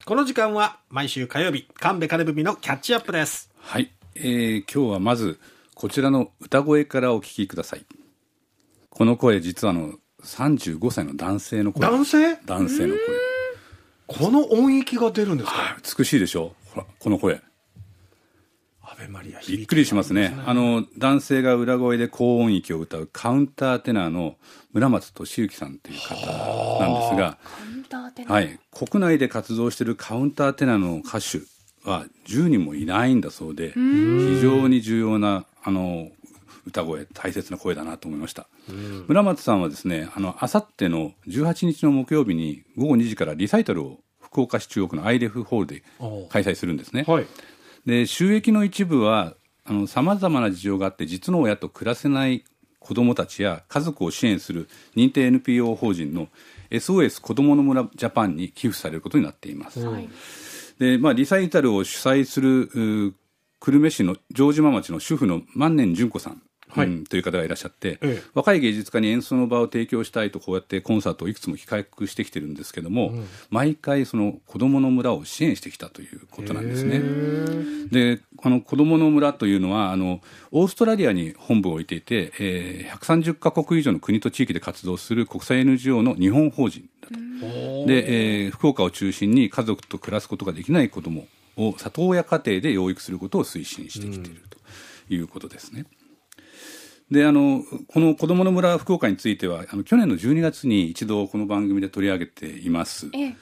この時間は毎週火曜日、神戸金文のキャッチアップです。 はい、今日はまずこちらの歌声からお聞きください。この声、実は35歳の男性の声。 男性の声。 この音域が出るんですか？ 美しいでしょ。ほら、この声。 アベマリア、 びっくりしますね。男性が裏声で高音域を歌うカウンターテナーの村松俊之さんという方なんですが、はい、国内で活動しているカウンターテナーの歌手は10人もいないんだそうで、非常に重要な歌声、大切な声だなと思いました。村松さんはですね、あさっての18日の木曜日に午後2時からリサイタルを福岡市中央区のアイレフホールで開催するんですね。 はい、 で、収益の一部はさまざまな事情があって実の親と暮らせない子どもたちや家族を支援する認定 NPO 法人の SOS 子どもの村ジャパンに寄付されることになっています。で、リサイタルを主催する久留米市の城島町の主婦の万年純子さん、という方がいらっしゃって、若い芸術家に演奏の場を提供したいとこうやってコンサートをいくつも企画してきてるんですけども、毎回その子どもの村を支援してきたということなんですね。で、子どもの村というのはオーストラリアに本部を置いていて、130カ国以上の国と地域で活動する国際 NGO の日本法人だと。で、福岡を中心に家族と暮らすことができない子どもを里親家庭で養育することを推進してきているということですね。で、この子どもの村福岡については去年の12月に一度この番組で取り上げています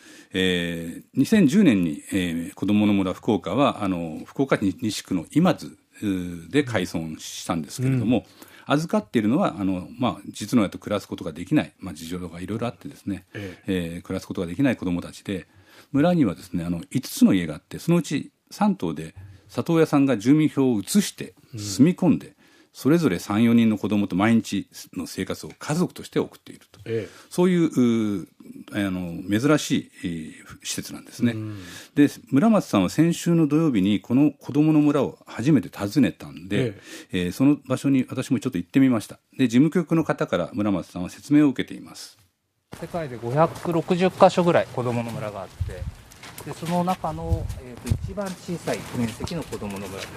。2010年に、子どもの村福岡は福岡市西区の今津で開村したんですけれども、預かっているのは実の親と暮らすことができない、事情がいろいろあってですね、暮らすことができない子どもたちで、村にはですね5つの家があって、そのうち3棟で里親さんが住民票を移して住み込んで、それぞれ 3,4 人の子どもと毎日の生活を家族として送っていると、そういう珍しい施設なんですね。で、村松さんは先週の土曜日にこの子どもの村を初めて訪ねたんで、その場所に私もちょっと行ってみました。で、事務局の方から村松さんは説明を受けています。 世界で560カ所ぐらい子どもの村があって、でその中の、一番小さい面積の子どもの村です。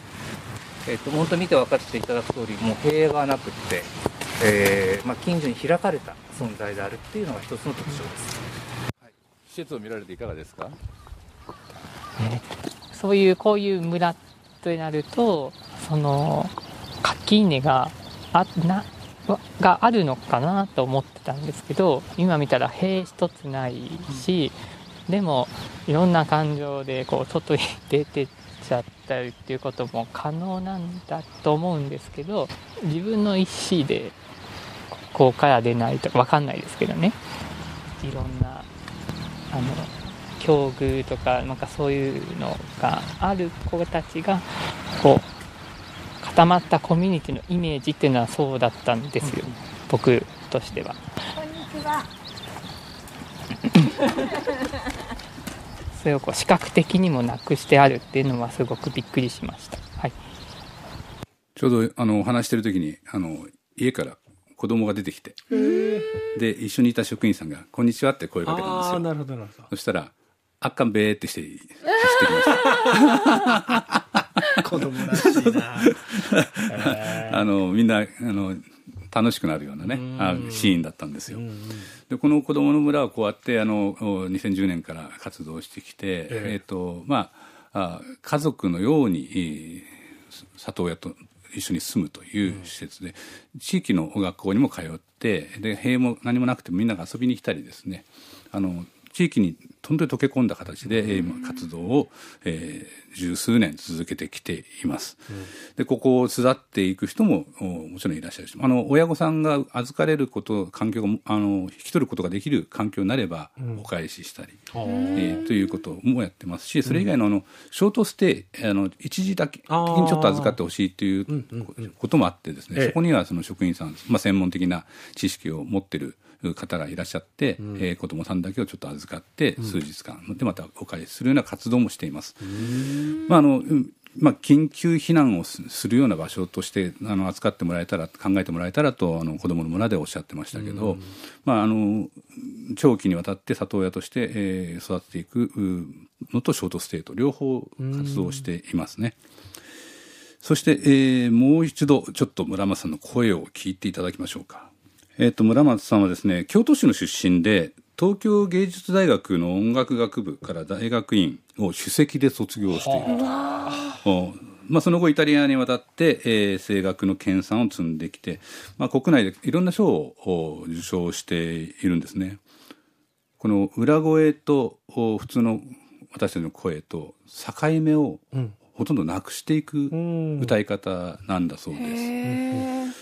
本当見て分かっていただく通り、もう塀がなくって、近所に開かれた存在であるっていうのが一つの特徴です。 施設を見られていかがですか？ こういう村となると、垣根があるのかなと思ってたんですけど、今見たら塀一つないし、でもいろんな感情で外に出てちゃったりっていうことも可能なんだと思うんですけど、自分の意思でここから出ないと分かんないですけどね、いろんな境遇とかそういうのがある子たちが固まったコミュニティのイメージっていうのはそうだったんですよ、僕としては。 こんにちは。 それを視覚的にもなくしてあるっていうのはすごくびっくりしました。 ちょうどお話してる時に家から子供が出てきて、で一緒にいた職員さんがこんにちはって声かけたんですよ。 なるほどなるほど。 そしたらあっかんべーってして走ってきました子供らしいな。 みんな楽しくなるようなね、シーンだったんですよ。で、この子どもの村はこうやって2010年から活動してきて、家族のように里親と一緒に住むという施設で、地域の学校にも通って、で塀も何もなくてもみんなが遊びに来たりですね、地域に本当に溶け込んだ形で活動を十数年続けてきています。で、ここを巣立っていく人ももちろんいらっしゃるし、親御さんが預かれること環境が引き取ることができる環境になればお返ししたり、ということもやってますし、それ以外のショートステイ、一時的にちょっと預かってほしいということもあってですね、そこにはその職員さん、専門的な知識を持っている方がいらっしゃって、子どもさんだけをちょっと預かって数日間でまたお返しするような活動もしています。 緊急避難をするような場所として扱ってもらえたら、考えてもらえたらと子どもの村でおっしゃってましたけど、長期にわたって里親として、育てていくのとショートステイと両方活動していますね。そして、もう一度ちょっと村松さんの声を聞いていただきましょうか。村松さんはですね、京都市の出身で、東京芸術大学の音楽学部から大学院を首席で卒業していると。その後イタリアに渡って、声楽の研鑽を積んできて、国内でいろんな賞を受賞しているんですね。この裏声と普通の私たちの声と境目をほとんどなくしていく歌い方なんだそうです。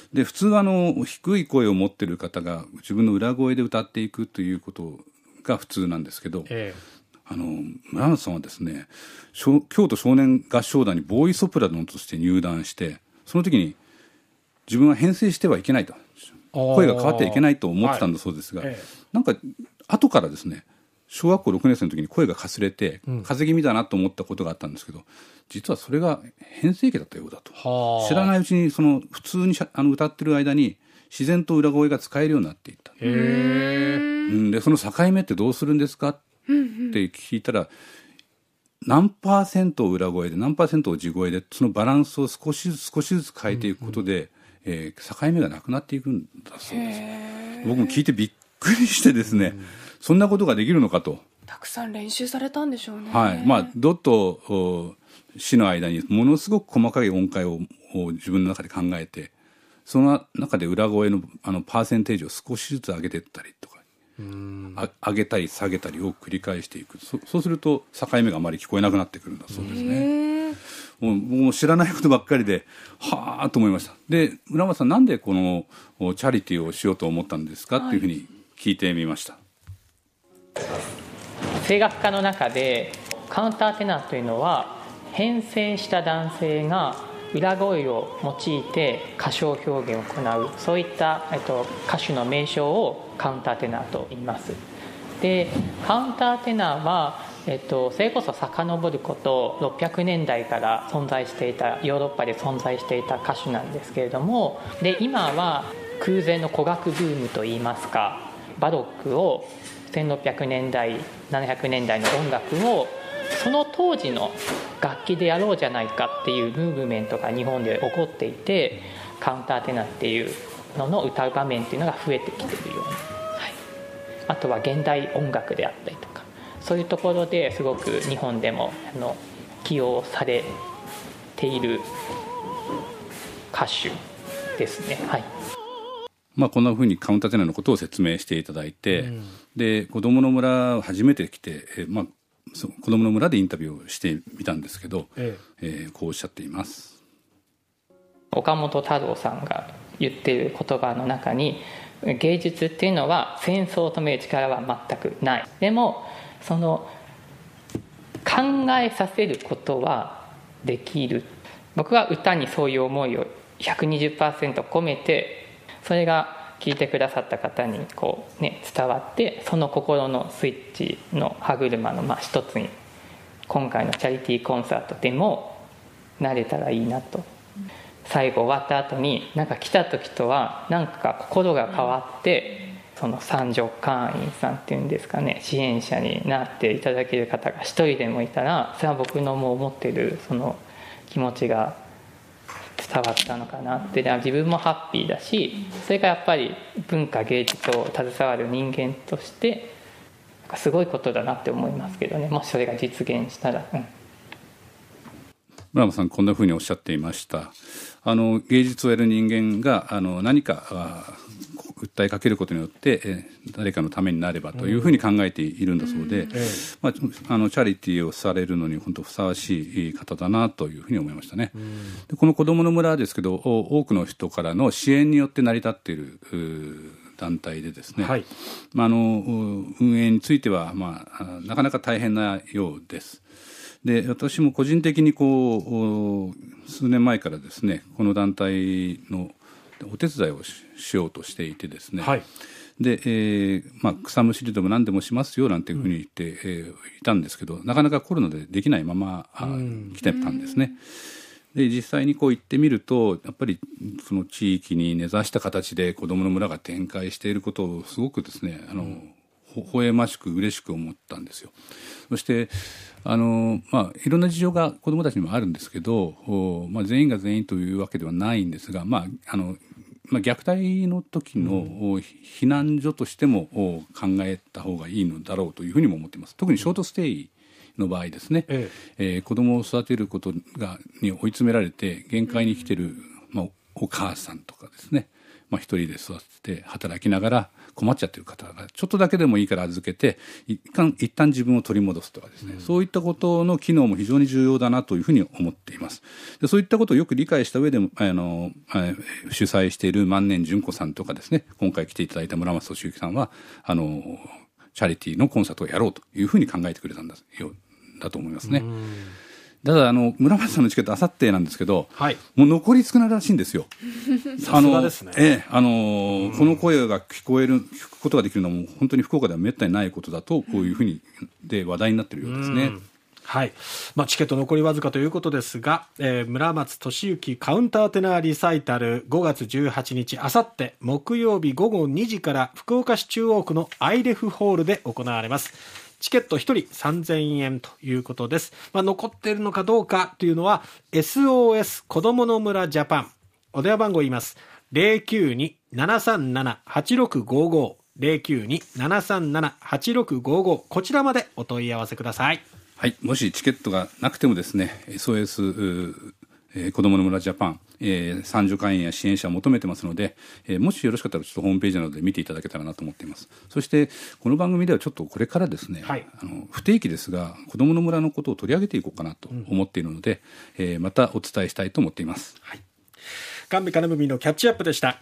で、普通は低い声を持っている方が自分の裏声で歌っていくということが普通なんですけど、村松さんはですね、京都少年合唱団にボーイソプラノとして入団して、その時に自分は編成してはいけないと、声が変わってはいけないと思ってたんだそうですが、なんか後からですね、小学校6年生の時に声がかすれて、風邪気味だなと思ったことがあったんですけど、実はそれが変声期だったようだと。知らないうちに普通に歌ってる間に自然と裏声が使えるようになっていった。で、その境目ってどうするんですかって聞いたら、何パーセントを裏声で何パーセントを地声で、そのバランスを少しずつ変えていくことで、境目がなくなっていくんだそうです。僕も聞いてびっくりしてですね、そんなことができるのかと。 たくさん練習されたんでしょうね。 ドとシの間にものすごく細かい音階を自分の中で考えて、その中で裏声のパーセンテージを少しずつ上げていったりとか、上げたり下げたりを繰り返していく。そうすると境目があまり聞こえなくなってくるんだそうですね。もう知らないことばっかりで、はあと思いました。で、村松さん、なんでこのチャリティーをしようと思ったんですかっていうふうに聞いてみました。 声楽家の中でカウンターテナーというのは、変声した男性が裏声を用いて歌唱表現を行う、そういった、歌手の名称をカウンターテナーと言います。で、カウンターテナーは、それこそ遡ること600年代から存在していた、ヨーロッパで存在していた歌手なんですけれども、で、今は空前の古楽ブームといいますか、バロックを1600年代700年代の音楽をその当時の楽器でやろうじゃないかっていうムーブメントが日本で起こっていて、カウンターテナーっていうのの歌う場面っていうのが増えてきているように、あとは現代音楽であったりとか、そういうところですごく日本でも起用されている歌手ですね。 こんなふうにカウンターテナーのことを説明していただいて、で、子どもの村を初めて来て、子どもの村でインタビューをしてみたんですけど、こうおっしゃっています。 岡本太郎さんが言っている言葉の中に、芸術っていうのは戦争を止める力は全くない。でもその考えさせることはできる。僕は歌にそういう思いを 120% 込めて、それが聞いてくださった方に伝わって、その心のスイッチの歯車の一つに今回のチャリティーコンサートでもなれたらいいなと。最後終わった後に来た時とは心が変わって、その参助会員さんっていうんですかね、支援者になっていただける方が一人でもいたら、それは僕のもう思っているその気持ちが伝わったのかなって。自分もハッピーだし、それからやっぱり文化芸術を携わる人間としてすごいことだなって思いますけどね、もしそれが実現したら。 村松さん、こんなふうにおっしゃっていました。芸術をやる人間が何か訴えかけることによって、誰かのためになればというふうに考えているんだそうで、チャリティーをされるのに本当ふさわしい方だなというふうに思いましたね。で、この子どもの村ですけど、多くの人からの支援によって成り立っている団体でですね、運営については、なかなか大変なようです。で、私も個人的に数年前からですね、この団体のお手伝いをしようとしていてですね、 で、草むしりでも何でもしますよなんていうふうに言って、いたんですけど、なかなかコロナでできないまま来てたんですね。で実際にこう行ってみると、やっぱりその地域に根ざした形で子どもの村が展開していることをすごくですね、微笑ましく嬉しく思ったんですよ。そしていろんな事情が子どもたちにもあるんですけど、全員が全員というわけではないんですが、虐待の時の避難所としても考えた方がいいのだろうというふうにも思っています。特にショートステイの場合ですね、子供を育てることに追い詰められて限界に来ている、お母さんとかですね、一人で育てて働きながら困っちゃっている方がちょっとだけでもいいから預けて一旦自分を取り戻すとかですね、そういったことの機能も非常に重要だなというふうに思っています。でそういったことをよく理解した上で主催している万年純子さんとかですね、今回来ていただいた村松俊之さんはチャリティーのコンサートをやろうというふうに考えてくれたんだと思いますね。ただ村松さんのチケットあさってなんですけど、もう残り少ないらしいんですよ。 さすがですね。 この声が聞くことができるのはもう本当に福岡ではめったにないことだと、こういうふうにで話題になっているようですね。 チケット残りわずかということですが、村松俊之カウンターテナーリサイタル5月18日あさって木曜日午後2時から福岡市中央区のアイレフホールで行われます。チケット1人3000円ということです。残っているのかどうかというのは SOS 子どもの村ジャパン、お電話番号言います。 092-737-8655 092-737-8655 こちらまでお問い合わせください。 もしチケットがなくてもですね、 SOS子どもの村ジャパン、賛助会員や支援者を求めてますので、もしよろしかったらちょっとホームページなどで見ていただけたらなと思っています。そしてこの番組ではちょっとこれからですね、不定期ですが子どもの村のことを取り上げていこうかなと思っているので、またお伝えしたいと思っています。 神戸金文のキャッチアップでした。